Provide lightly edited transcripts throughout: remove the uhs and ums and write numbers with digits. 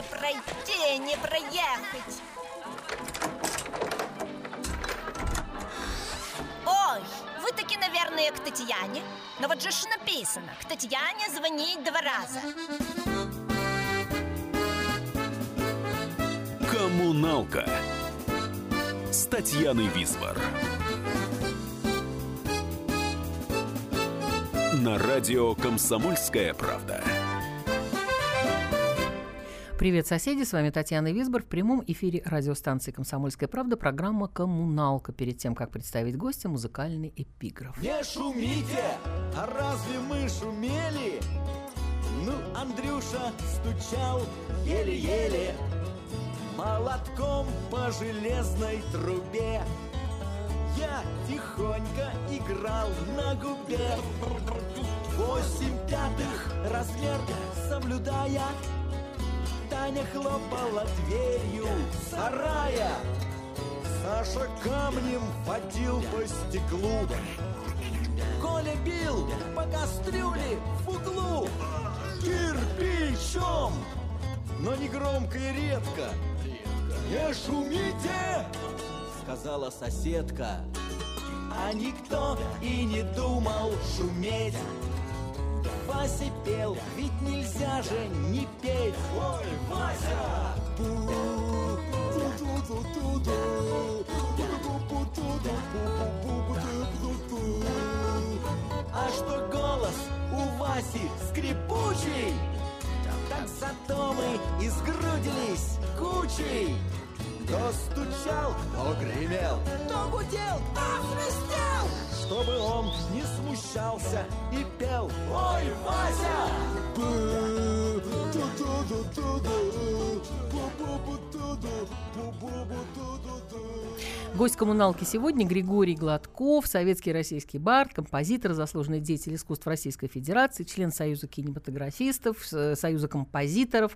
не пройти, не проехать. Ой, вы таки, наверное, к Татьяне. Но вот же ж написано: к Татьяне звонить 2 раза. Коммуналка с Татьяной Висбор. На радио «Комсомольская правда». Привет, соседи! С вами Татьяна Висбор. В прямом эфире радиостанции «Комсомольская правда» программа «Коммуналка». Перед тем, как представить гостя, музыкальный эпиграф. Не шумите! А разве мы шумели? Ну, Андрюша стучал еле-еле молотком по железной трубе. Я тихонько играл на губе. 8/5 размер соблюдая, Таня хлопала дверью сарая. Саша камнем водил по стеклу. Коля бил по кастрюле в углу кирпичом, но не громко и редко. «Не шумите!» — сказала соседка. А никто и не думал шуметь. Вася пел, ведь нельзя же не петь. Ой, Вася! А что голос у Васи скрипучий, так зато мы и сгрудились кучей. Кто стучал, кто гремел, кто гудел, кто свистел, чтобы он не смущался и пел. Ой, Вася! Гость коммуналки сегодня Григорий Гладков, советский российский бард, композитор, заслуженный деятель искусств Российской Федерации, член Союза кинематографистов, Союза композиторов,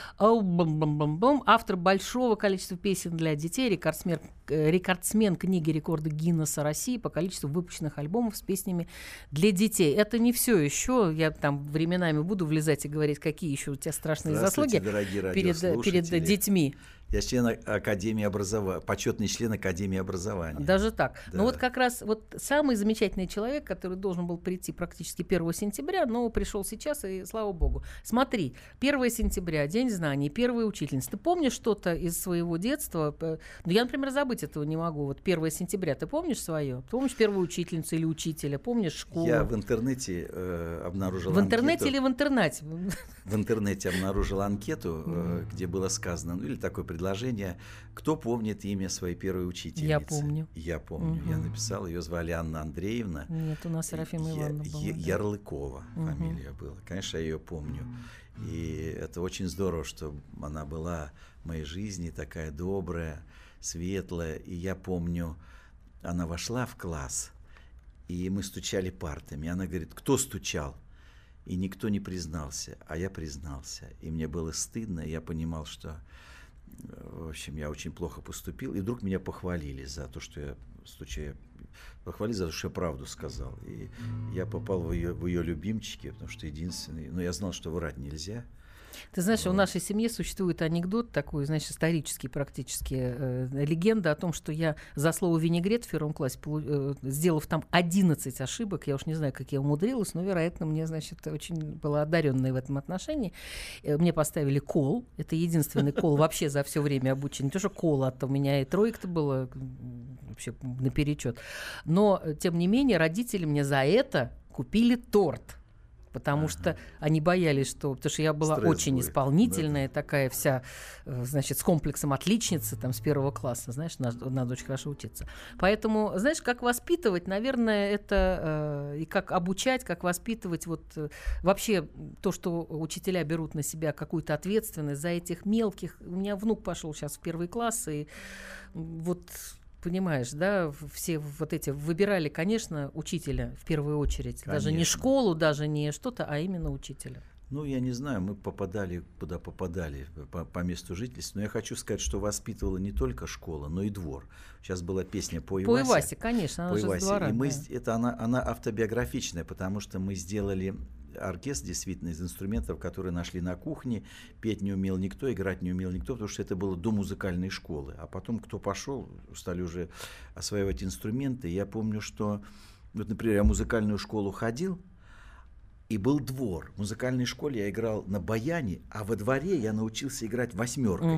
автор большого количества песен для детей, рекордсмен книги рекорда Гиннесса России по количеству выпущенных альбомов с песнями для детей. Это не все еще. Я там временами буду влезать и говорить, какие еще у тебя страшные заслуги перед детьми. Я член Академии образования, почетный член Академии образования. Даже так. Да. Ну вот как раз вот самый замечательный человек, который должен был прийти практически 1 сентября, но пришел сейчас, и слава богу. Смотри, 1 сентября, День знаний, первая учительница. Ты помнишь что-то из своего детства? Ну, я, например, забыть этого не могу. Вот 1 сентября ты помнишь свое? Помнишь первую учительницу или учителя? Помнишь школу? Я в интернете обнаружил анкету. В интернете или в интернете? В интернете обнаружил анкету, где было сказано, ну или такое предложение. Кто помнит имя своей первой учительницы? Я помню. Я помню. Я написал, ее звали Анна Андреевна. Нет, у нас Серафима Ивановна была. Ярлыкова фамилия была. Конечно, я ее помню. И это очень здорово, что она была в моей жизни такая добрая, светлая. И я помню, она вошла в класс, и мы стучали партами. И она говорит: кто стучал? И никто не признался, а я признался. И мне было стыдно, и я понимал, что, в общем, я очень плохо поступил. И вдруг меня похвалили за то, что я стучаю. Похвалили за то, что я правду сказал. И я попал в ее любимчики, потому что единственный. Но я знал, что врать нельзя. Ты знаешь, в нашей семье существует анекдот такой, значит, исторический практически, легенда о том, что я за слово «винегрет» в 1 классе, сделав там 11 ошибок, я уж не знаю, как я умудрилась, но, вероятно, мне, значит, очень была одаренная в этом отношении. Мне поставили кол, это единственный кол вообще за все время обучения. Не то, что кол, а у меня и тройка-то было вообще наперечет. Но, тем не менее, родители мне за это купили торт. Потому что они боялись, что... Потому что я была очень исполнительная, такая вся, значит, с комплексом отличницы, там, с 1 класса, знаешь, надо очень хорошо учиться. Поэтому, знаешь, как воспитывать, наверное, это и как обучать, как воспитывать, вот вообще то, что учителя берут на себя какую-то ответственность за этих мелких... У меня внук пошел сейчас в 1 класс, и вот... Понимаешь, да, все вот эти выбирали, конечно, учителя в первую очередь. Конечно. Даже не школу, даже не что-то, а именно учителя. Ну, я не знаю, мы попадали, куда попадали, по месту жительства. Но я хочу сказать, что воспитывала не только школа, но и двор. Сейчас была песня «По Ивасе». «По Ивасе», конечно, она же с двора. И мы, это она автобиографичная, потому что мы сделали оркестр действительно из инструментов, которые нашли на кухне. Петь не умел никто, играть не умел никто, потому что это было до музыкальной школы. А потом, кто пошел, стали уже осваивать инструменты. Я помню, что, вот, например, я в музыкальную школу ходил, и был двор. В музыкальной школе я играл на баяне, а во дворе я научился играть восьмеркой.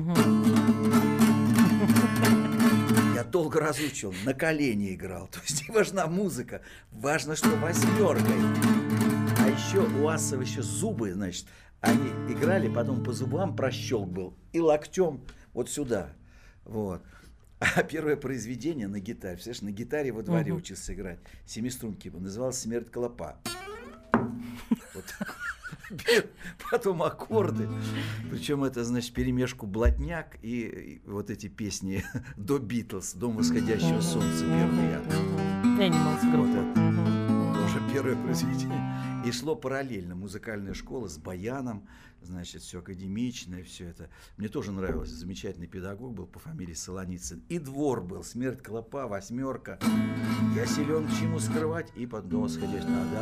Я долго разучивал, на колени играл. То есть не важна музыка, важно, что восьмеркой. А еще у асов еще зубы, значит, они играли, потом по зубам прощелк был, и локтем вот сюда. Вот. А первое произведение на гитаре, представляешь, на гитаре во дворе учился играть, семиструнки, называлось «Смерть клопа». Вот так. Потом аккорды. Причем это, значит, перемешку блатняк и вот эти песни до Битлз, «Дом восходящего солнца», первый ряд. Animals Group. Вот это тоже первое произведение. И шло параллельно музыкальная школа с баяном, значит, все академичное, все это. Мне тоже нравилось. Замечательный педагог был по фамилии Солоницын. И двор был, «Смерть клопа», восьмерка. Я силен к чему скрывать, и под нос ходишь.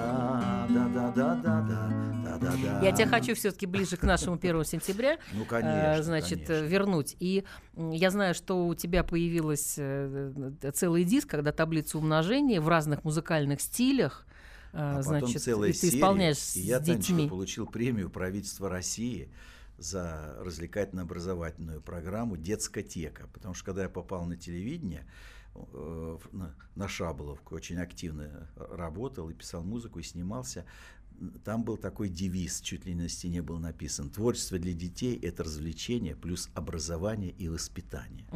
Да-да-да-да-да-да-да-да. Я тебя хочу все-таки ближе к нашему 1 сентября, Ну, конечно, значит, конечно. вернуть. И я знаю, что у тебя появилась целый диск, когда таблица умножения в разных музыкальных стилях. А Значит, потом целая и ты серия, исполняешь и я, с Танечка, детьми. получил премию правительства России за развлекательно-образовательную программу «Детскотека». Потому что когда я попал на телевидение, на Шаболовку, очень активно работал и писал музыку, и снимался, там был такой девиз, чуть ли не на стене был написан: «Творчество для детей – это развлечение плюс образование и воспитание».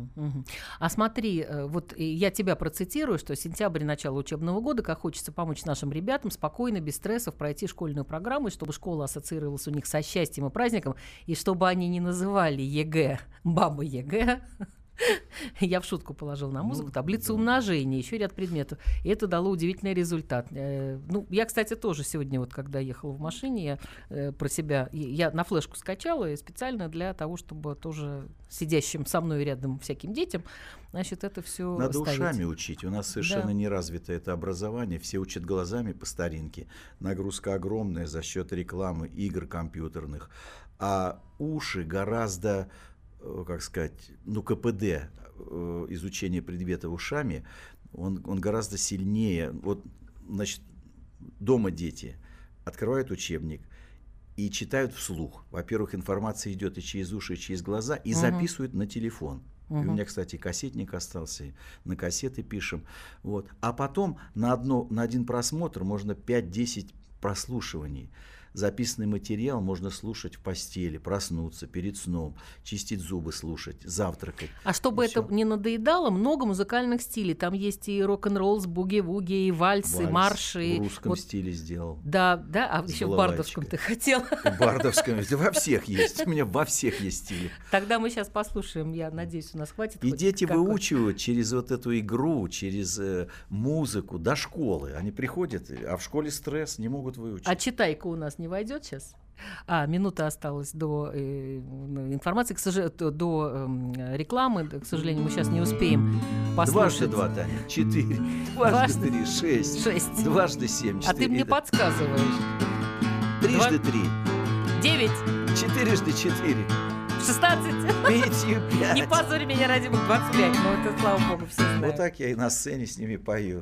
А смотри, вот я тебя процитирую, что сентябрь – начало учебного года, как хочется помочь нашим ребятам спокойно, без стрессов пройти школьную программу, и чтобы школа ассоциировалась у них со счастьем и праздником, и чтобы они не называли ЕГЭ «баба ЕГЭ». Я в шутку положил на музыку таблицу умножения, еще ряд предметов. И это дало удивительный результат. Я, кстати, тоже сегодня, вот когда ехала в машине, я про себя, я на флешку скачала специально для того, чтобы тоже сидящим со мной рядом всяким детям, значит, это все Надо ставить. ушами учить. У нас совершенно не развито это образование. Все учат глазами по старинке. Нагрузка огромная за счет рекламы, игр компьютерных. А уши гораздо, как сказать, КПД изучения предмета ушами, он гораздо сильнее. Вот, значит, дома дети открывают учебник и читают вслух. Во-первых, информация идет и через уши, и через глаза, и записывают на телефон. И у меня, кстати, кассетник остался, на кассеты пишем. Вот. А потом на один просмотр можно 5-10 прослушиваний. Записанный материал можно слушать в постели, проснуться перед сном, чистить зубы, слушать, завтракать. А чтобы это не надоедало, много музыкальных стилей. Там есть и рок-н-ролл с буги-вуги, и вальсы, марши. В русском стиле сделал. Да, а С еще в балалайкой. бардовском ты хотел. В бардовском. Это во всех есть. У меня во всех есть стили. Тогда мы сейчас послушаем. Я надеюсь, у нас хватит. И хоть дети какой-то. выучивают через вот эту игру, через музыку до школы. Они приходят, а в школе стресс, не могут выучить. А читайка у нас не войдет сейчас? Минута осталась до информации, до рекламы. К сожалению, мы сейчас не успеем послушать. 2 × 2, Таня, 4. 2 × 3, 6. 6. 2 × 7, 4. А ты мне подсказываешь. 3 × 3. 9. 4 × 4. 16. 5. Не позорь меня, ради бога, 25. Ну, это, слава богу, все знают. Вот так я и на сцене с ними пою.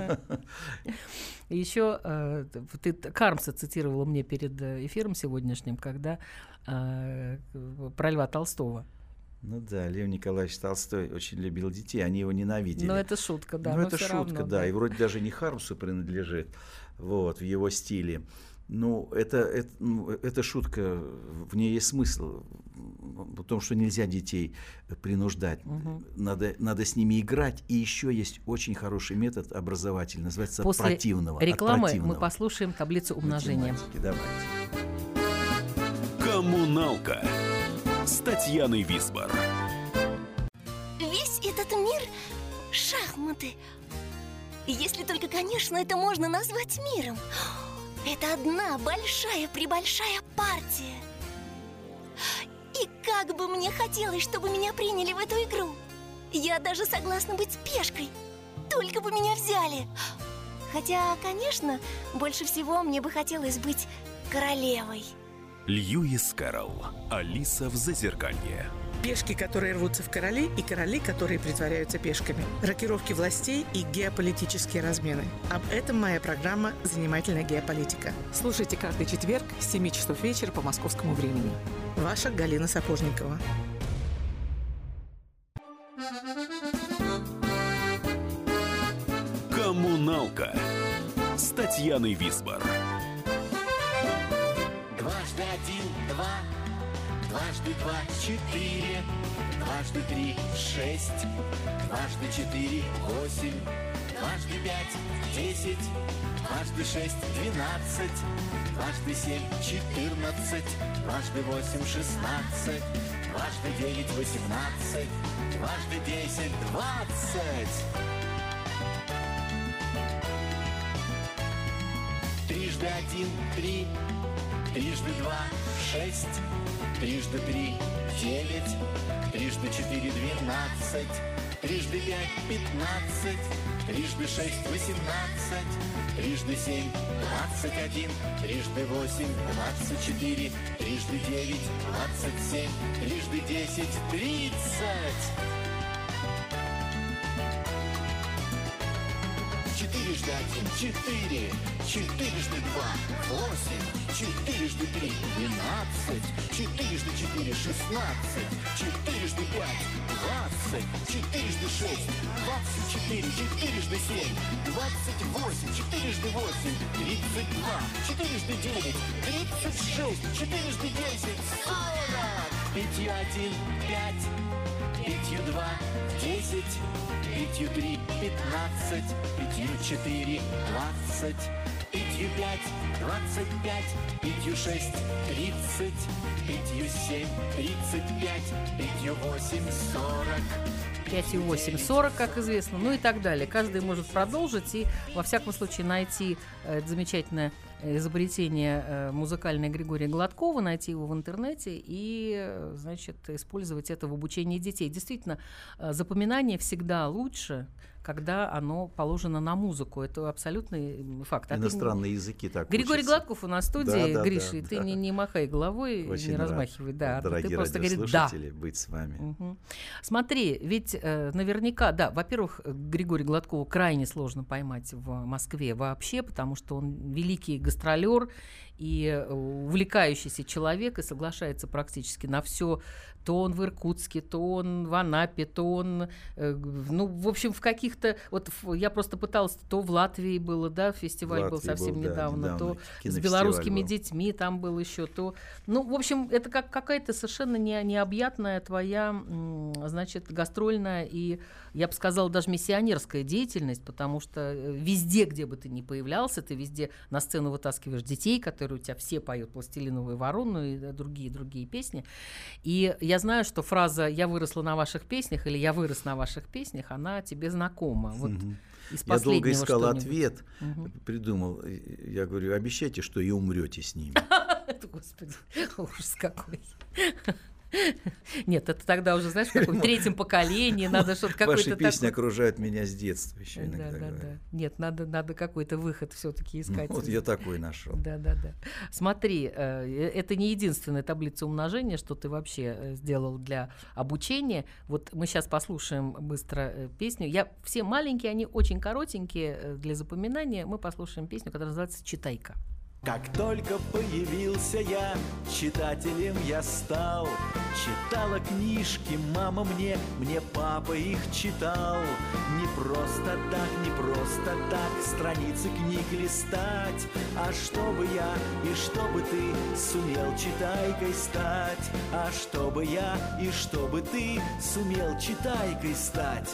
Еще ты Кармса цитировала мне перед эфиром сегодняшним, когда про Льва Толстого. Ну да, Лев Николаевич Толстой очень любил детей, они его ненавидели. Но это шутка, да. Ну но это всё шутка, равно, да, и вроде даже не Хармсу принадлежит, вот, в его стиле. Ну, это шутка, в ней есть смысл, в том, что нельзя детей принуждать, надо с ними играть, и еще есть очень хороший метод образовательный, называется После противного. рекламы мы послушаем таблицу умножения. Математики, давайте. Коммуналка с Татьяной Висбор. Весь этот мир — шахматы. Если только, конечно, это можно назвать миром. Это одна большая-пребольшая партия. И как бы мне хотелось, чтобы меня приняли в эту игру. Я даже согласна быть пешкой. Только бы меня взяли. Хотя, конечно, больше всего мне бы хотелось быть королевой. Льюис Кэрролл. Алиса в Зазеркалье. Пешки, которые рвутся в короли, и короли, которые притворяются пешками. Рокировки властей и геополитические размены. Об этом моя программа «Занимательная геополитика». Слушайте каждый четверг с 7 часов вечера по московскому времени. Ваша Галина Сапожникова. Коммуналка с Татьяной Висбор. Дважды один, два, дважды два, четыре, дважды три, 6, дважды 4, 8, дважды 5, 10, дважды 6, 12, дважды 7, 14, дважды 8, 16, дважды 9, 18, дважды 10, 20. Трижды один, 3, трижды 2, 6, трижды 3, 9, трижды 4, 12, трижды 5, 15, трижды 6, 18, трижды 7, 21, трижды 8, 24, трижды 9, 27, трижды 10, 30. Четырежды один, 4, четырежды 2, 8, четырежды 3, 12, четырежды 4, 16, четырежды 5, 20, четырежды 6, 24, четырежды 7, 28, четырежды 8, 32, четырежды 9, 36, четырежды 10, 40. Пятью 1, 5, пятью 2, 10, пятью 3, 15, пятью 4, 20, пятью 5, 25, пятью 6, 30, пятью 7, 35, пятью 8, 40. 5,8, 40, как известно, ну и так далее. Каждый может продолжить и, во всяком случае, найти замечательное изобретение музыкальное Григория Гладкова, найти его в интернете и, значит, использовать это в обучении детей. Действительно, запоминание всегда лучше, когда оно положено на музыку. Это абсолютный факт. Иностранные языки так Григорий учатся. Гладков у нас в студии, Да, Гриша, и да, ты да. не махай головой, Очень не рад, размахивай. Да, дорогие ты просто говоришь «да». радиослушатели, быть с вами. Мгм. Смотри, ведь наверняка, да, во-первых, Григория Гладкова крайне сложно поймать в Москве вообще, потому что он великий гастролер и увлекающийся человек и соглашается практически на все. То он в Иркутске, то он в Анапе, то он, ну, в общем, в каких-то... Вот я просто пыталась, то в Латвии было, да, фестиваль был совсем да, недавно, то с кинофестиваль белорусскими был. детьми там был еще, то... Ну, в общем, это как какая-то совершенно необъятная твоя, значит, гастрольная и, я бы сказала, даже миссионерская деятельность, потому что везде, где бы ты ни появлялся, ты везде на сцену вытаскиваешь детей, которые у тебя все поют «Пластилиновую ворону» и другие песни. И я знаю, что фраза «я выросла на ваших песнях» или «я вырос на ваших песнях», она тебе знакома. Вот из Я долго последнего искал что-нибудь. ответ, придумал. Я говорю, обещайте, что и умрете с ними. Господи, ужас какой. Нет, это тогда уже, знаешь, в каком третьем поколении надо что-то какое-то Ваши песни такое. окружают меня с детства еще Да, иногда. да, говорят. да. Нет, надо какой-то выход все-таки искать. Вот я такой нашел. Да. Смотри, это не единственная таблица умножения, что ты вообще сделал для обучения. Вот мы сейчас послушаем быстро песню. Все маленькие, они очень коротенькие для запоминания. Мы послушаем песню, которая называется «Читайка». Как только появился я, читателем я стал. Читала книжки мама мне папа их читал. Не просто так страницы книг листать, а чтобы я и чтобы ты сумел читайкой стать. А чтобы я и чтобы ты сумел читайкой стать.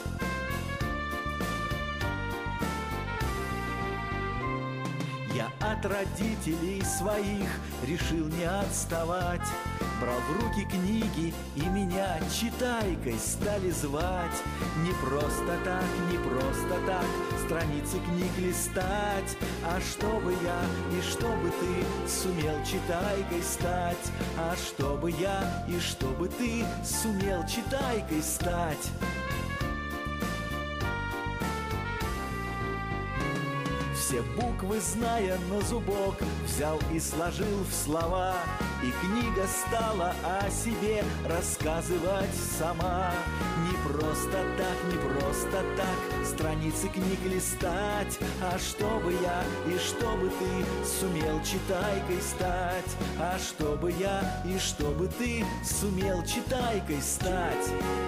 Я от родителей своих решил не отставать. Брал в руки книги и меня читайкой стали звать. Не просто так страницы книг листать, а чтобы я и чтобы ты сумел читайкой стать. А чтобы я и чтобы ты сумел читайкой стать. все буквы зная на зубок, взял и сложил в слова, и книга стала о себе рассказывать сама. Не просто так страницы книг листать, а чтобы я и чтобы ты сумел читайкой стать, а чтобы я и чтобы ты сумел читайкой стать.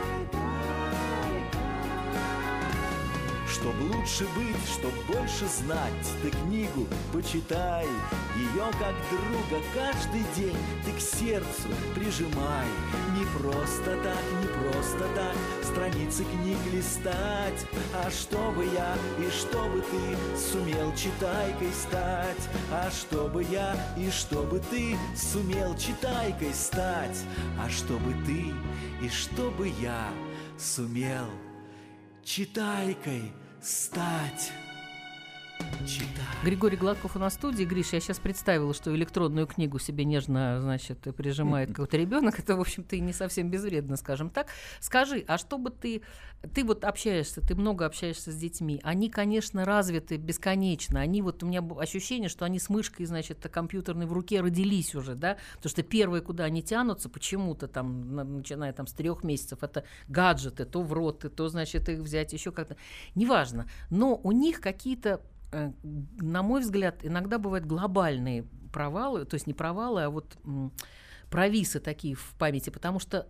Чтоб лучше быть, чтоб больше знать, ты книгу почитай, ее как друга каждый день ты к сердцу прижимай. Не просто так страницы книг листать, а чтобы я и чтобы ты сумел читайкой стать, а чтобы я и чтобы ты сумел читайкой стать, а чтобы ты и чтобы я сумел читайкой стать. Григорий Гладков у нас в студии. Гриш, я сейчас представила, что электронную книгу себе нежно, значит, прижимает какой-то ребенок. Это, в общем-то, и не совсем безвредно, скажем так. Скажи, а чтобы ты вот общаешься, ты много общаешься с детьми, они, конечно, развиты бесконечно. Они вот, у меня ощущение, что они с мышкой, значит, компьютерной в руке родились уже, да, потому что первое, куда они тянутся, почему-то там, начиная там с 3 месяцев, это гаджеты, то в рот, то, значит, их взять еще как-то. Неважно. Но у них какие-то, на мой взгляд, иногда бывают глобальные провалы, то есть не провалы, а вот провисы такие в памяти, потому что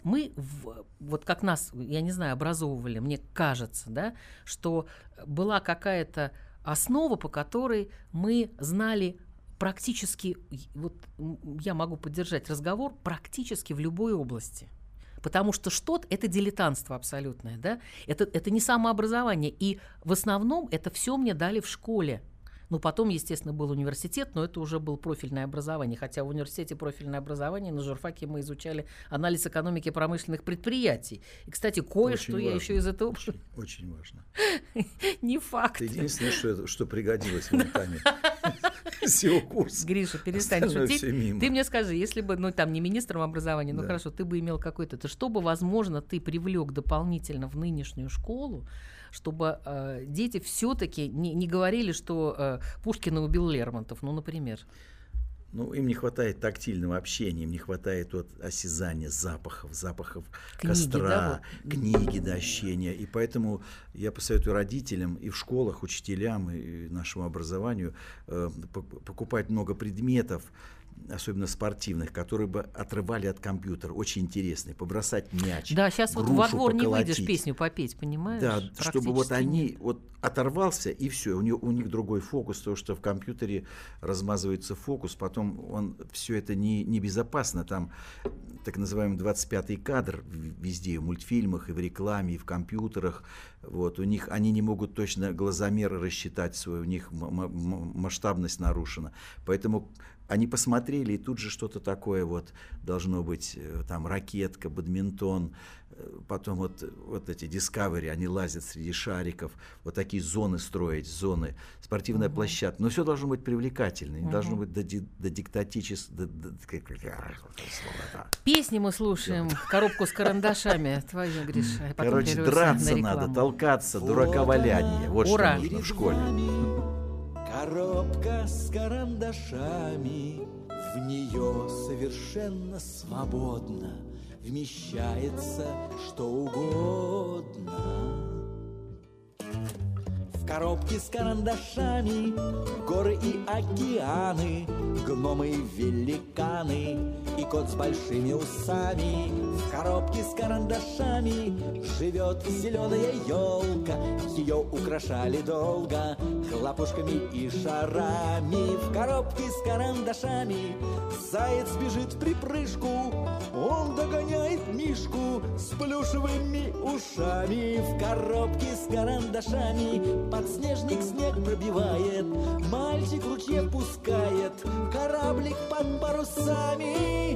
вот как нас, я не знаю, образовывали, мне кажется, да, что была какая-то основа, по которой мы знали практически, вот я могу поддержать разговор, практически в любой области. Потому что что-то — это дилетантство абсолютное, да? Это не самообразование. И в основном это все мне дали в школе. Ну, потом, естественно, был университет, но это уже было профильное образование. Хотя в университете профильное образование, на журфаке мы изучали анализ экономики промышленных предприятий. И, кстати, кое-что я еще из этого... Очень важно. Не факт. Это единственное, что пригодилось в моей всего курса. Гриша, перестань шутить. Ты мне скажи, если бы, ну, там, не министром образования, ну, хорошо, ты бы имел какой-то... Что бы, возможно, ты привлек дополнительно в нынешнюю школу, чтобы дети все-таки не говорили, что Пушкина убил Лермонтов, ну, например? Ну, им не хватает тактильного общения, им не хватает вот осязания запахов книги, костра, да? Книги, да, ощущения. И поэтому я посоветую родителям и в школах, учителям, и нашему образованию покупать много предметов, особенно спортивных, которые бы отрывали от компьютера. Очень интересные. Побросать мяч, да, сейчас вот во двор поколотить. Не выйдешь песню попеть, понимаешь? Да, чтобы вот они вот оторвался, и все, у них другой фокус, потому что в компьютере размазывается фокус, потом все это небезопасно, там так называемый 25-й кадр везде, в мультфильмах, и в рекламе, и в компьютерах, вот, у них, они не могут точно глазомеры рассчитать свой, у них масштабность нарушена, поэтому они посмотрели, и тут же что-то такое вот должно быть, там ракетка, бадминтон, потом вот эти Discovery, они лазят среди шариков, вот такие зоны строить, зоны, спортивная площадка, но все должно быть привлекательно, не должно быть до диктатического. Песни мы слушаем, коробку с карандашами, твою, Гриша. Короче, драться надо, толкаться, дураковаляние, вот ура. Что нужно в школе. Коробка с карандашами, в нее совершенно свободно вмещается что угодно. В коробке с карандашами горы и океаны, гномы и великаны и кот с большими усами. В коробке с карандашами живет зеленая елка, ее украшали долго хлопушками и шарами. В коробке с карандашами заяц бежит в припрыжку, он догоняет мишку с плюшевыми ушами. В коробке с карандашами подснежник снег пробивает, мальчик в ручье пускает кораблик под парусами.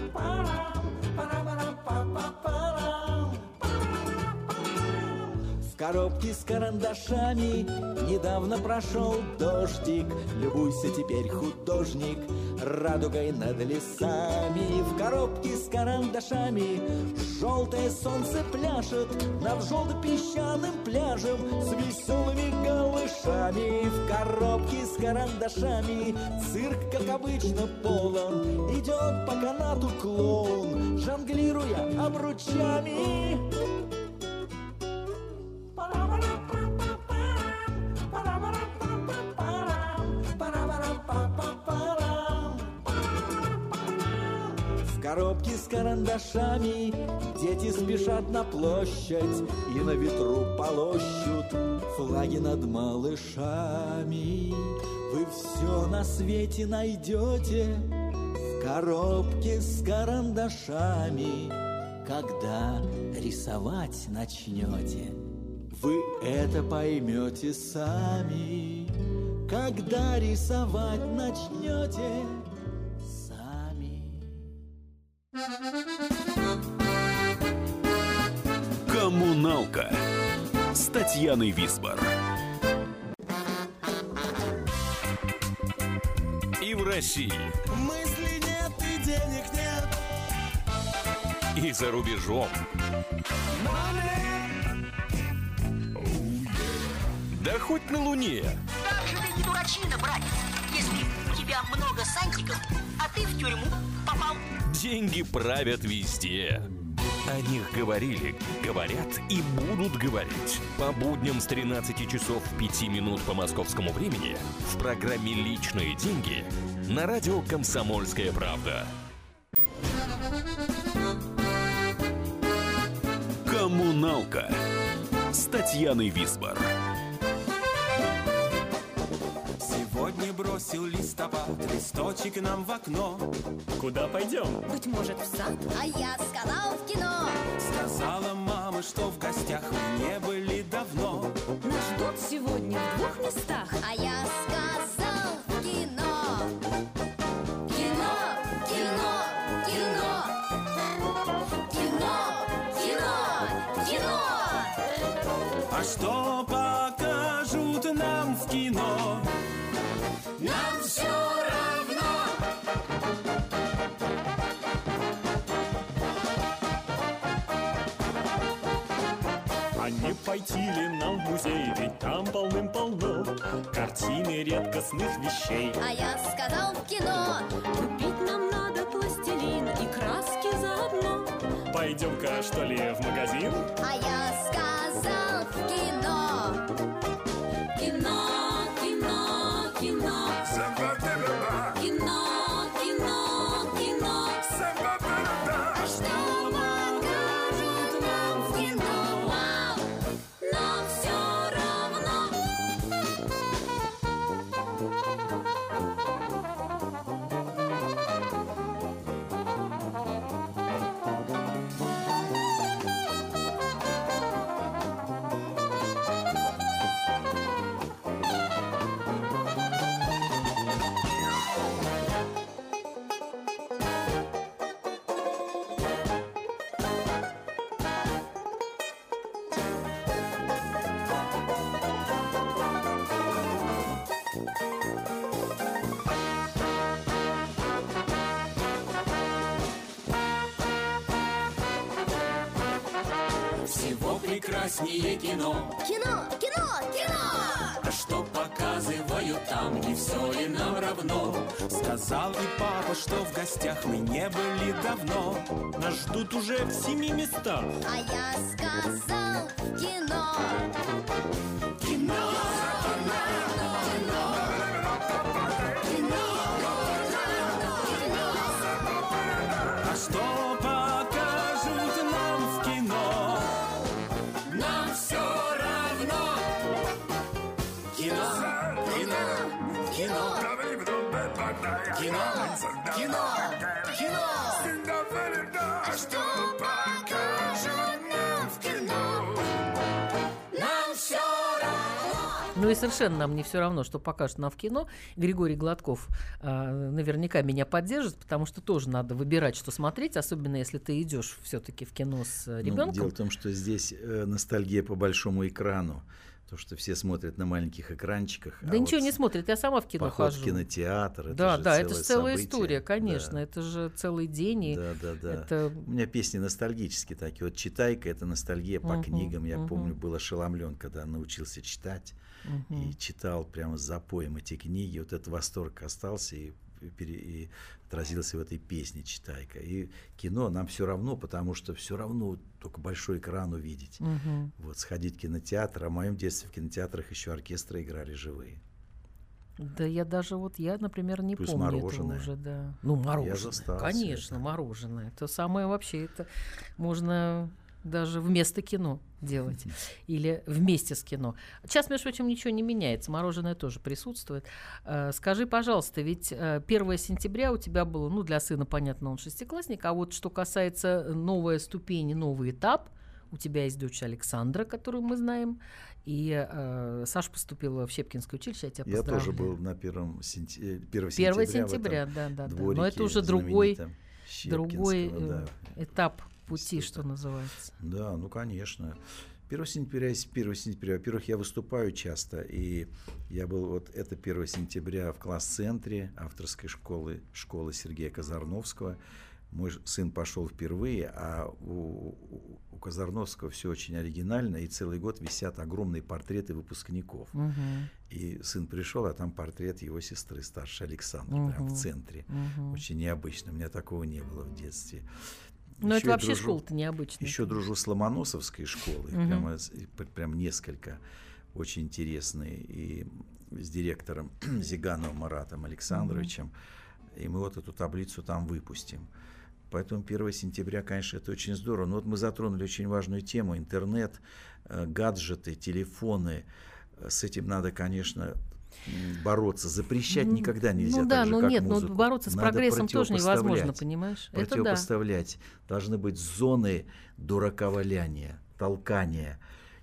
В коробке с карандашами недавно прошел дождик. Любуйся теперь, художник, радугой над лесами. В коробке с карандашами желтое солнце пляшет над желто-песчаным пляжем с веселыми голышами. В коробке с карандашами цирк, как обычно, полон. Идет по канату клоун, жонглируя обручами. В коробке с карандашами дети спешат на площадь и на ветру полощут флаги над малышами. Вы все на свете найдете в коробке с карандашами. Когда рисовать начнете, вы это поймете сами. Когда рисовать начнете сами. Коммуналка с Татьяной Висбор. И в России, Мысли нет и денег нет. и за рубежом. Да хоть на Луне. Как же ты не дурачина, братец, если у тебя много сантиков, а ты в тюрьму попал. Деньги правят везде. О них говорили, говорят и будут говорить. По будням с 13 часов 5 минут по московскому времени в программе «Личные деньги» на радио «Комсомольская правда». Коммуналка с Татьяной Висбор. Сегодня бросил листопад листочек нам в окно. Куда пойдем? Быть может, в сад? А я сказал в кино. Сказала мама, что в гостях мы не были давно. Нас ждут сегодня в 2 местах. А я сказал в кино. Кино, кино, кино. Кино, кино, кино. А что покажут нам в кино? Нам все равно. А не пойти ли нам в музей? Ведь там полным-полно картины редкостных вещей. А я сказал в кино. Купить нам надо пластилин и краски заодно. Пойдем-ка, что ли, в магазин? А я сказал в кино. Кино, кино, кино. Кино, кино, кино. А что покажут нам в кино? Вау, нам все равно. Всего прекраснее кино. Кино, кино, кино. А что показывают там, не все ли нам равно? Сказал и папа, что в гостях мы не были давно. Нас ждут уже в 7 местах. А я сказал в кино. Кино, а что покажут нам в кино? Нам все равно. Кино, кино, кино, кино, кино, кино. А что покажут нам в кино? Нам все равно. Ну Ну и совершенно нам не все равно, что покажут нам в кино. Григорий Гладков наверняка меня поддержит, потому что тоже надо выбирать, что смотреть, особенно если ты идешь все-таки в кино с ребенком. Дело в том, что здесь ностальгия по большому экрану. То, что все смотрят на маленьких экранчиках. Да ничего не смотрят, я сама в кино поход хожу. в кинотеатр, это же целая событие. История, конечно, да. Это же целый день. Да. У меня песни ностальгические такие. Вот «Читайка» — это ностальгия по книгам. Я помню, был ошеломлен, когда научился читать и читал прямо с запоем эти книги. Вот этот восторг остался и отразился в этой песне «Читайка». И кино нам все равно, потому что все равно только большой экран увидеть. Вот, сходить в кинотеатр. А в моем детстве в кинотеатрах еще оркестры играли живые. Да я даже например, не Плюс помню мороженое. этого уже, да. Ну, мороженое, Я застал конечно, это. мороженое. Это самое вообще, это можно даже вместо кино делать. Или вместе с кино. Сейчас, между прочим, ничего не меняется. Мороженое тоже присутствует. Скажи, пожалуйста, ведь 1 сентября у тебя было, для сына, понятно, он шестиклассник, а вот что касается новой ступени, новый этап, у тебя есть дочь Александра, которую мы знаем, и Саша поступила в Щепкинское училище, я тебя поздравляю. Я тоже был на 1 сентября. 1 сентября, да. Но это уже другой этап пути, что называется. Да, конечно. 1 сентября есть 1 сентября. Во-первых, я выступаю часто, и я был это 1 сентября в класс-центре авторской школы Сергея Казарновского. Мой сын пошел впервые, а у Казарновского все очень оригинально, и целый год висят огромные портреты выпускников. И сын пришел, а там портрет его сестры старшей Александры, прямо в центре. Очень необычно, у меня такого не было в детстве. Но это вообще школа-то необычная. Еще дружу с Ломоносовской школой, прям несколько очень интересные, и с директором Зигановым Маратом Александровичем, и мы эту таблицу там выпустим. Поэтому 1 сентября, конечно, это очень здорово. Но мы затронули очень важную тему: интернет, гаджеты, телефоны. С этим надо, конечно, бороться. Запрещать никогда нельзя. Но бороться с прогрессом тоже невозможно, понимаешь? Противопоставлять. Должны быть зоны дураковаляния, толкания,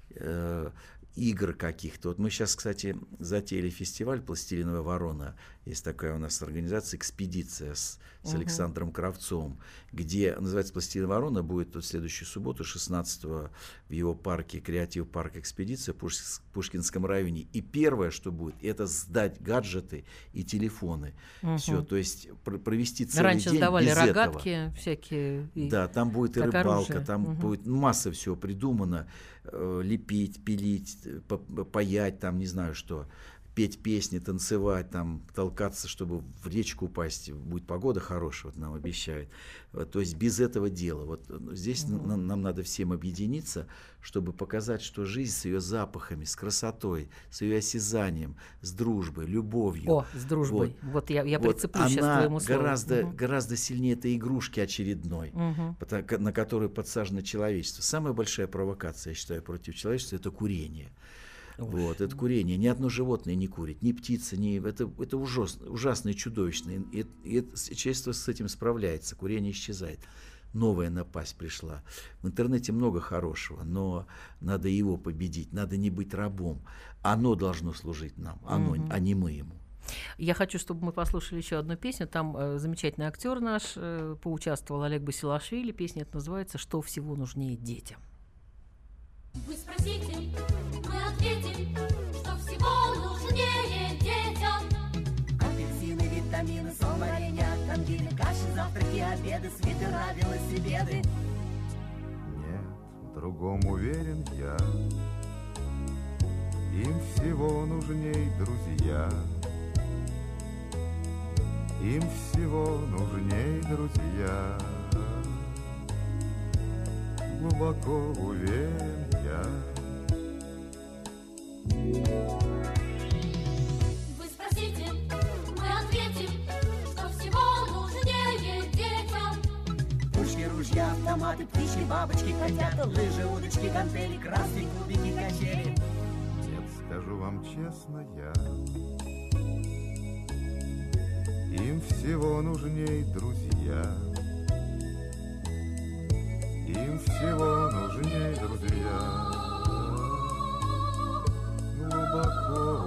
игр каких-то. Вот мы сейчас, кстати, затеяли фестиваль «Пластилиновая ворона». Есть такая у нас организация «Экспедиция» с Александром Кравцовым, где, называется «Пластилиновая ворона», будет в следующую субботу, 16-го, в его парке, Креатив парк «Экспедиция» в Пушкинском районе. И первое, что будет, это сдать гаджеты и телефоны. Все, то есть провести целый Раньше день сдавали без рогатки этого. Всякие. Да, там будет и рыбалка, оружие. там будет масса всего придумано. Лепить, пилить, паять, там, не знаю что, петь песни, танцевать, там, толкаться, чтобы в речку упасть. Будет погода хорошая, нам обещают. То есть без этого дела. Вот здесь нам надо всем объединиться, чтобы показать, что жизнь с ее запахами, с красотой, с ее осязанием, с дружбой, любовью. С дружбой. Вот я прицеплю сейчас к твоему слову. Гораздо сильнее этой игрушки очередной, на которую подсажено человечество. Самая большая провокация, я считаю, против человечества — это курение. Это курение. Ни одно животное не курит, ни птица, это ужасно и чудовищно. И человечество с этим справляется, курение исчезает. Новая напасть пришла. В интернете много хорошего, но надо его победить, надо не быть рабом. Оно должно служить нам, а не мы ему. Я хочу, чтобы мы послушали еще одну песню. Там замечательный актер наш поучаствовал, Олег Басилашвили. Песня эта называется «Что всего нужнее детям». Вы спросите, мы ответим, что всего нужнее детям. Апельсины, витамины, сон, варенье, тангины, каши, завтраки, обеды, свитера, велосипеды. Нет, в другом уверен я. Им всего нужней друзья. Им всего нужней друзья. Глубоко уверен я. Вы спросите, мы ответим, что всего нужнее детям. Пушки, ружья, автоматы, птички, бабочки, котята, лыжи, удочки, гантели, краски, кубики, качели. Нет, скажу вам честно я. Им всего нужней друзья. Им всего нужней друзья. Глубоко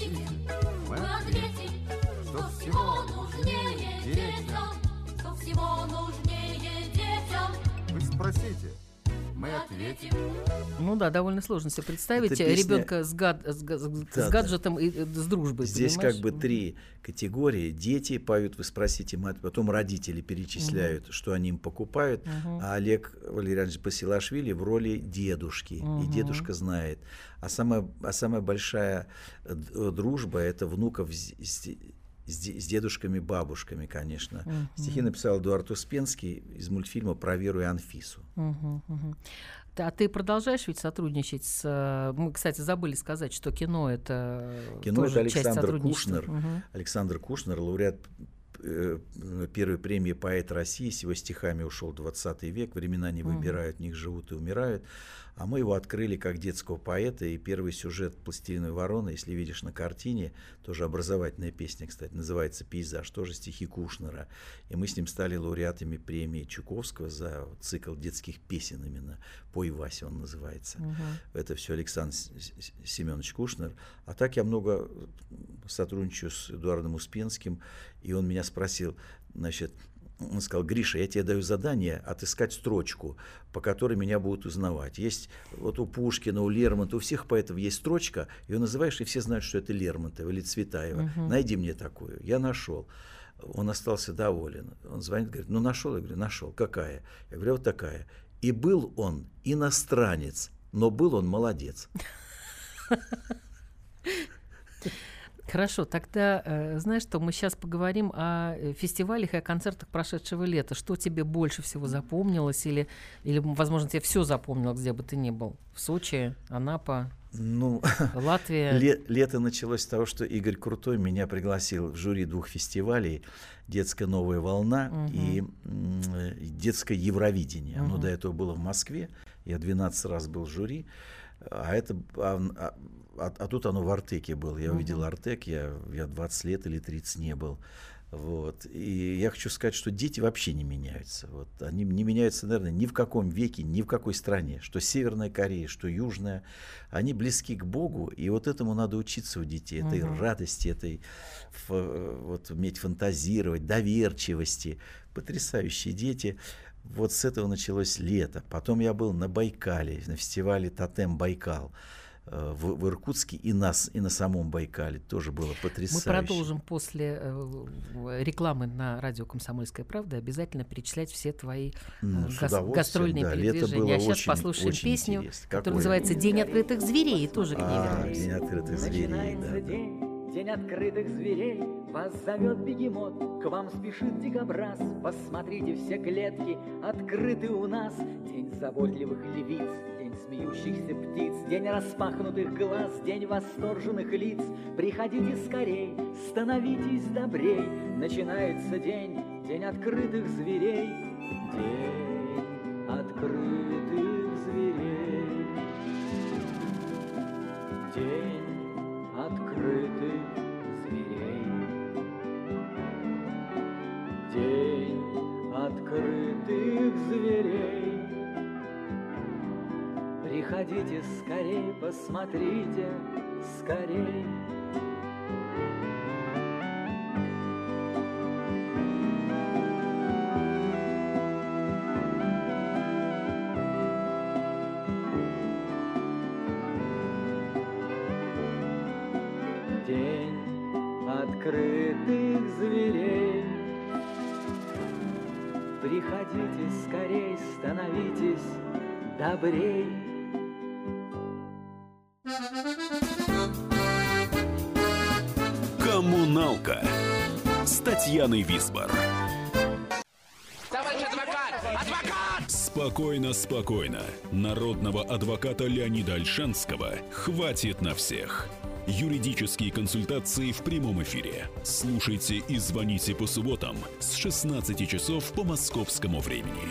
спросите, мы ответим, что всего нужнее детям, что всего нужнее детям. Вы спросите, мы ответим. Ну да, довольно сложно себе представить песня... ребенка с гаджетом и с дружбой. Здесь понимаешь? как бы три категории. Дети поют, вы спросите, мать, потом родители перечисляют, что они им покупают, а Олег Валерьянович Басилашвили в роли дедушки, и дедушка знает. А самая большая дружба — это внуков с дедушками, бабушками, конечно. Стихи написал Эдуард Успенский из мультфильма про Веру и Анфису. А ты продолжаешь ведь сотрудничать с... Мы, кстати, забыли сказать, что кино — это тоже Александр Кушнер. Александр Кушнер, лауреат первой премии «Поэт России». С его стихами ушел 20 век. Времена не выбирают, в них живут и умирают. А мы его открыли как детского поэта. И первый сюжет «Пластилиновой вороны», если видишь на картине, тоже образовательная песня, кстати, называется «Пейзаж», тоже стихи Кушнера. И мы с ним стали лауреатами премии Чуковского за цикл детских песен именно. «Пой, Вася» он называется. Это все Александр Семенович Кушнер. А так я много сотрудничаю с Эдуардом Успенским. И он меня спросил, значит, он сказал: Гриша, я тебе даю задание отыскать строчку, по которой меня будут узнавать. Есть вот у Пушкина, у Лермонтова, у всех поэтов есть строчка, ее называешь, и все знают, что это Лермонтова или Цветаева. Найди мне такую. Я нашел. Он остался доволен. Он звонит, говорит: ну нашел? Я говорю: нашел. Какая? Я говорю: вот такая. И был он иностранец, но был он молодец. Хорошо, тогда, знаешь что, мы сейчас поговорим о фестивалях и о концертах прошедшего лета. Что тебе больше всего запомнилось? Или возможно, тебе все запомнилось, где бы ты ни был? В Сочи, Анапа, Латвия? Лето началось с того, что Игорь Крутой меня пригласил в жюри 2 фестивалей: «Детская новая волна» и «Детское Евровидение». Оно до этого было в Москве. Я 12 раз был в жюри. А тут оно в Артеке было. Я увидел Артек, я 20 лет или 30 не был. Вот. И я хочу сказать, что дети вообще не меняются. Вот. Они не меняются, наверное, ни в каком веке, ни в какой стране. Что Северная Корея, что Южная. Они близки к Богу, и вот этому надо учиться у детей. Этой радости, этой вот, уметь фантазировать, доверчивости. Потрясающие дети. Вот с этого началось лето. Потом я был на Байкале, на фестивале «Тотем Байкал» в Иркутске и на самом Байкале. Тоже было потрясающе. Мы продолжим после рекламы на радио «Комсомольская правда» обязательно перечислять все твои гастрольные передвижения. А сейчас послушаем песню, которая называется «День открытых зверей». И тоже к ней вернемся. «День открытых зверей», да. День открытых зверей, вас зовет бегемот, к вам спешит дикобраз. Посмотрите, все клетки открыты у нас. День заботливых львиц, день смеющихся птиц, день распахнутых глаз, день восторженных лиц. Приходите скорей, становитесь добрей. Начинается день открытых зверей. День открытых зверей. День открытых зверей. День открытых зверей. Приходите скорей, посмотрите скорей. День открытых зверей. Приходите скорей, становитесь добрей. Коммуналка с Татьяной Висбор. Товарищ адвокат! Адвокат! Спокойно, спокойно. Народного адвоката Леонида Ольшанского хватит на всех. Юридические консультации в прямом эфире. Слушайте и звоните по субботам с 16 часов по московскому времени.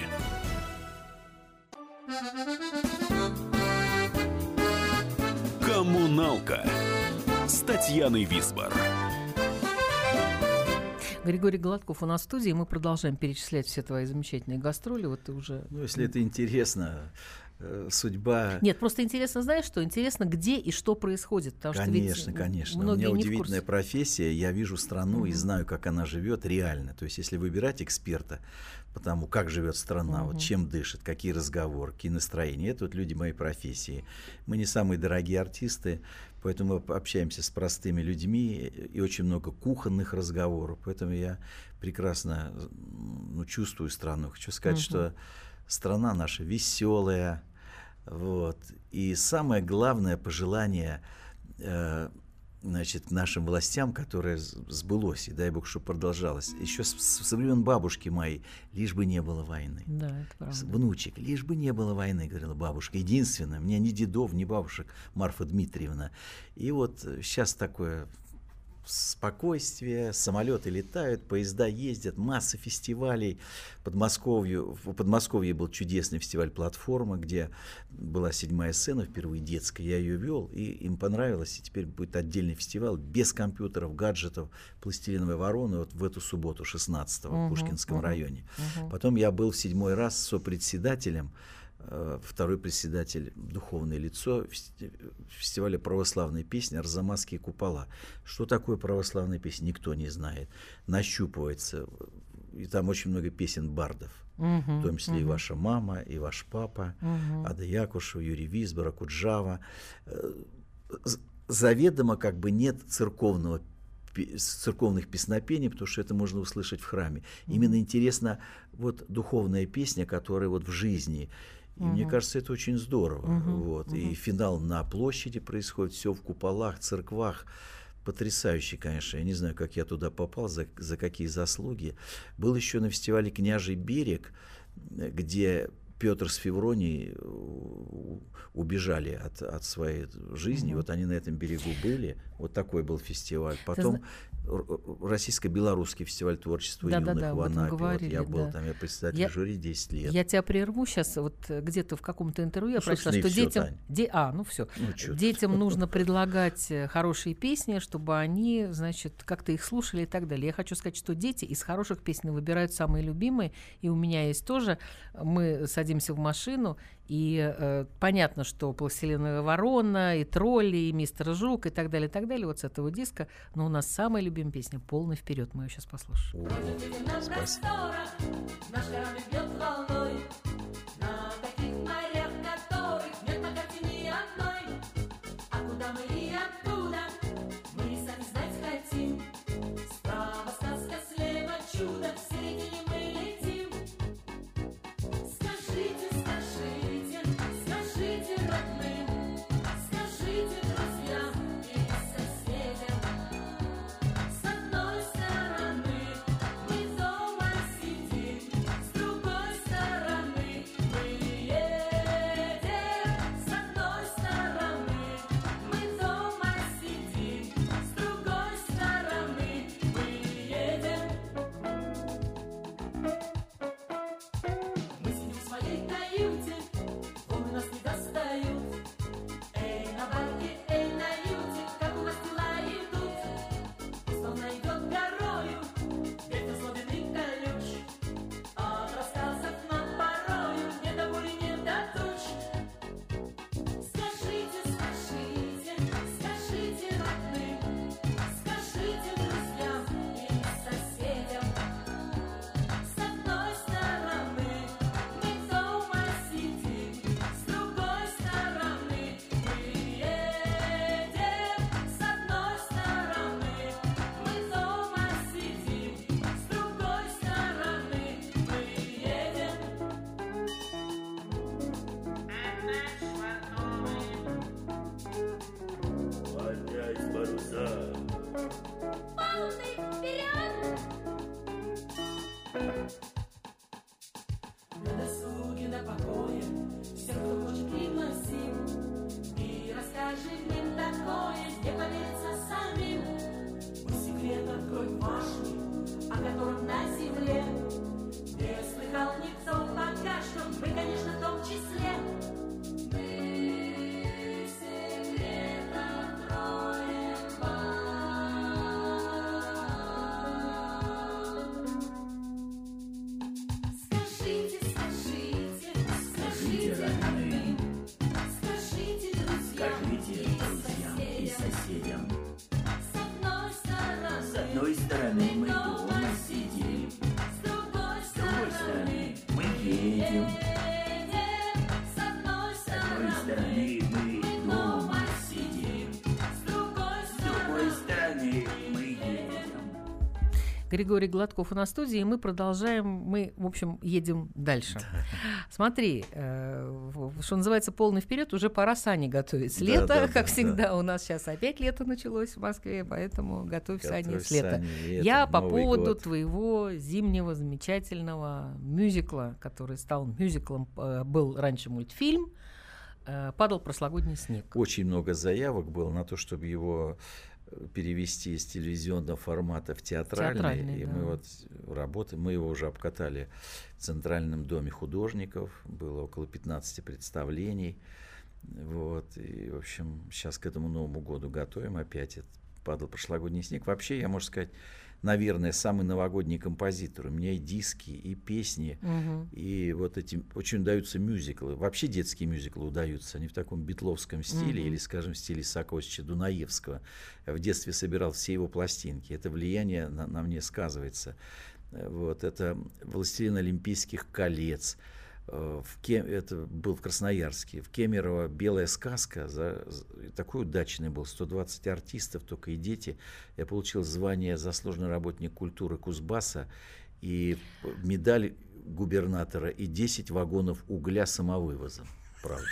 Коммуналка с Татьяной Висбор. Григорий Гладков у нас в студии, и мы продолжаем перечислять все твои замечательные гастроли. Вот ты уже... Ну, если это интересно, судьба... Нет, просто интересно, знаешь что? Интересно, где и что происходит. Потому конечно, что конечно. У меня удивительная профессия. Я вижу страну и знаю, как она живет реально. То есть, если выбирать эксперта по тому, как живет страна, вот чем дышит, какие разговоры, какие настроения, это вот люди моей профессии. Мы не самые дорогие артисты, поэтому мы общаемся с простыми людьми, и очень много кухонных разговоров. Поэтому я прекрасно чувствую страну. Хочу сказать, что страна наша веселая. Вот. И самое главное пожелание значит, нашим властям, которое сбылось, и дай бог, чтобы продолжалось. Еще со времен бабушки моей, лишь бы не было войны. Да, это правда. Внучек, лишь бы не было войны, говорила бабушка. Единственное, у меня ни дедов, ни бабушек, Марфа Дмитриевна. И вот сейчас такое спокойствие, самолеты летают, поезда ездят, масса фестивалей. В Подмосковье был чудесный фестиваль «Платформа», где была 7-я сцена, впервые детская, я ее вел, и им понравилось, и теперь будет отдельный фестиваль без компьютеров, гаджетов, «Пластилиновой вороны», вот в эту субботу, 16-го, в Пушкинском районе. Потом я был в 7-й раз сопредседателем, второй председатель, духовное лицо фестиваля православной песни «Арзамасские купола». Что такое православная песня, никто не знает. Нащупывается. И там очень много песен бардов. В том числе и ваша мама, и ваш папа, Ада Якушева, Юрий Висбор, Акуджава. Заведомо как бы нет церковных песнопений, потому что это можно услышать в храме. Именно интересна вот духовная песня, которая вот в жизни. И мне кажется, это очень здорово. Вот. И финал на площади происходит, все в куполах, церквах. Потрясающий, конечно. Я не знаю, как я туда попал, за какие заслуги. Был еще на фестивале «Княжий берег», где Петр с Февронией убежали от своей жизни. Вот они на этом берегу были. Вот такой был фестиваль. Потом российско-белорусский фестиваль творчества юных в Анапе. Вот я был там, я председатель жюри 10 лет. Я тебя прерву сейчас. Вот где-то в каком-то интервью я прочла, что детям нужно предлагать хорошие песни, чтобы они, значит, как-то их слушали и так далее. Я хочу сказать, что дети из хороших песен выбирают самые любимые. И у меня есть тоже. Мы садимся в машину, и понятно, что «Пластилиновая ворона», и «Тролли», и «Мистер Жук», и так далее, вот с этого диска. Но у нас самая любимая песня «Полный вперед». Мы ее сейчас послушаем. Спасибо. С другой стороны одной стороны мы дома сидим, с другой стороны мы едем. С одной стороны мы дома сидим, с другой стороны мы едем. Григорий Гладков у нас в студии, и мы продолжаем, мы, в общем, едем дальше. Смотри, что называется, полный вперед, уже пора сани готовить. Лето, как всегда, у нас сейчас опять лето началось в Москве, поэтому готовь сани с лета. Я по поводу твоего зимнего замечательного мюзикла, который стал мюзиклом, был раньше мультфильм, «Падал прошлогодний снег». Очень много заявок было на то, чтобы его перевести из телевизионного формата в театральный. И мы вот работаем, мы его уже обкатали в Центральном доме художников, было около 15 представлений. Вот, и, в общем, сейчас к этому Новому году готовим опять. Это «Падал прошлогодний снег». Вообще, я, можно сказать, наверное, самый новогодний композитор. У меня и диски, и песни, и вот эти очень удаются мюзиклы. Вообще детские мюзиклы удаются. Они в таком битловском стиле, или, скажем, в стиле Сокосича Дунаевского. Я в детстве собирал все его пластинки. Это влияние на мне сказывается. Вот, это «Властелин Олимпийских колец». Это был в Красноярске. В Кемерово «Белая сказка». Такой удачный был. 120 артистов, только и дети. Я получил звание «Заслуженный работник культуры Кузбасса» и медаль губернатора и 10 вагонов угля самовывозом. Правда.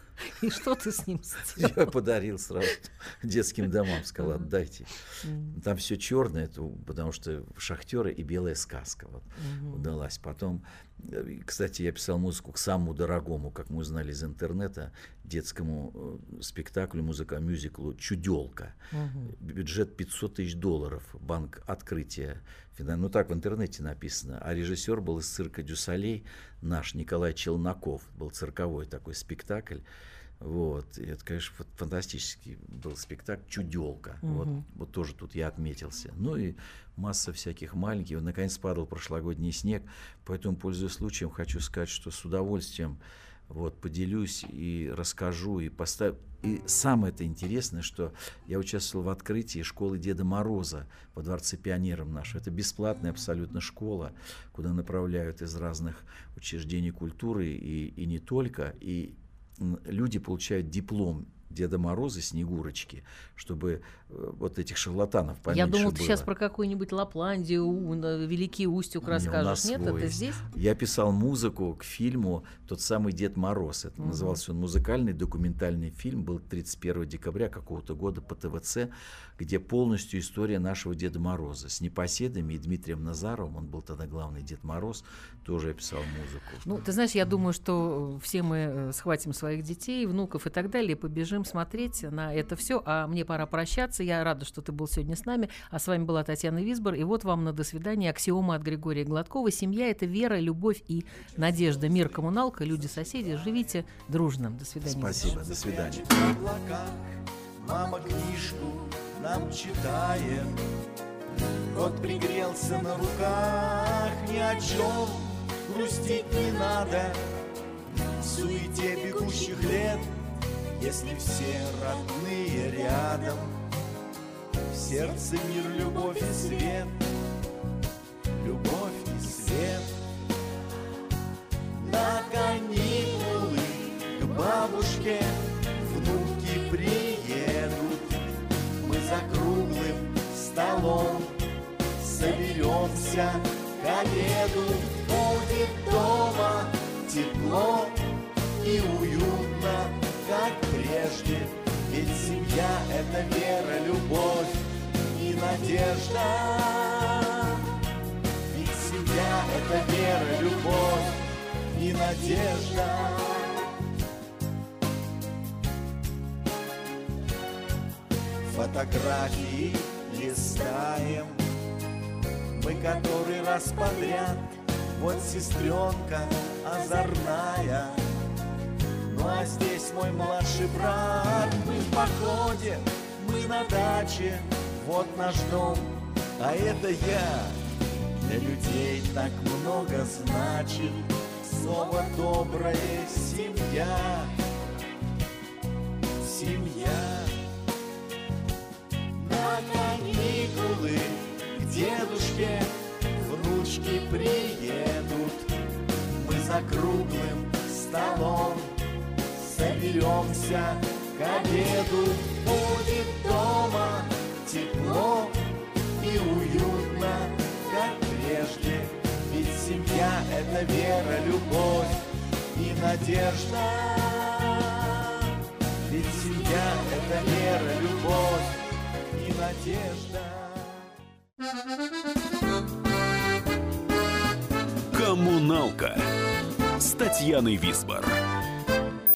И что ты с ним сделал? Я подарил сразу детским домам, сказал, отдайте. Там все черное, потому что «Шахтеры» и «Белая сказка» вот, удалась. Потом, кстати, я писал музыку к самому дорогому, как мы узнали из интернета, детскому спектаклю, мюзиклу «Чуделка». Бюджет $500 тысяч, банк открытия. Ну так в интернете написано. А режиссер был из цирка «Дюсалей», наш Николай Челноков. Был цирковой такой спектакль. Вот. И это, конечно, фантастический был спектакль «Чуделка». Вот тоже тут я отметился. Ну и масса всяких маленьких. Вот, наконец, падал прошлогодний снег. Поэтому, пользуясь случаем, хочу сказать, что с удовольствием поделюсь и расскажу, и поставлю. И самое это интересное, что я участвовал в открытии школы Деда Мороза во Дворце пионеров нашего. Это бесплатная абсолютно школа, куда направляют из разных учреждений культуры и не только. И люди получают диплом Деда Мороза, Снегурочки, чтобы вот этих шарлатанов поменьше было. Я думал, ты сейчас про какую-нибудь Лапландию, Великий Устюг расскажешь. Нет, это здесь? Я писал музыку к фильму «Тот самый Дед Мороз». Это назывался он музыкальный документальный фильм. Был 31 декабря какого-то года по ТВЦ, где полностью история нашего Деда Мороза. С непоседами и Дмитрием Назаровым, он был тогда главный Дед Мороз, тоже я писал музыку. Ну, ты знаешь, я думаю, что все мы схватим своих детей, внуков и так далее, и побежим смотреть на это все. А мне пора прощаться. Я рада, что ты был сегодня с нами. А с вами была Татьяна Висбор. И вот вам на до свидания аксиома от Григория Гладкова. Семья — это вера, любовь и надежда. Мир, коммуналка, люди-соседи. Живите дружно. До свидания. Спасибо. До свидания. Мама книжку нам читает. Кот пригрелся на руках. Ни о чем грустить не надо. В суете бегущих лет, если все родные рядом, в сердце мир, любовь и свет, любовь и свет. На каникулы к бабушке внуки приедут. Мы за круглым столом соберемся к обеду. Будет дома тепло и уютно, как прежде. Ведь семья — это вера, любовь и надежда. Ведь семья — это вера, любовь и надежда. Фотографии листаем мы который раз подряд. Вот сестренка озорная, ну а здесь мой младший брат. Мы в походе, мы на даче, вот наш дом, а это я. Для людей так много значит слово доброе семья. Семья. На каникулы к за круглым столом соберемся к обеду. Будет дома тепло и уютно, как прежде. Ведь семья — это вера, любовь и надежда. Ведь семья — это вера, любовь и надежда. Коммуналка с Татьяной Висбор.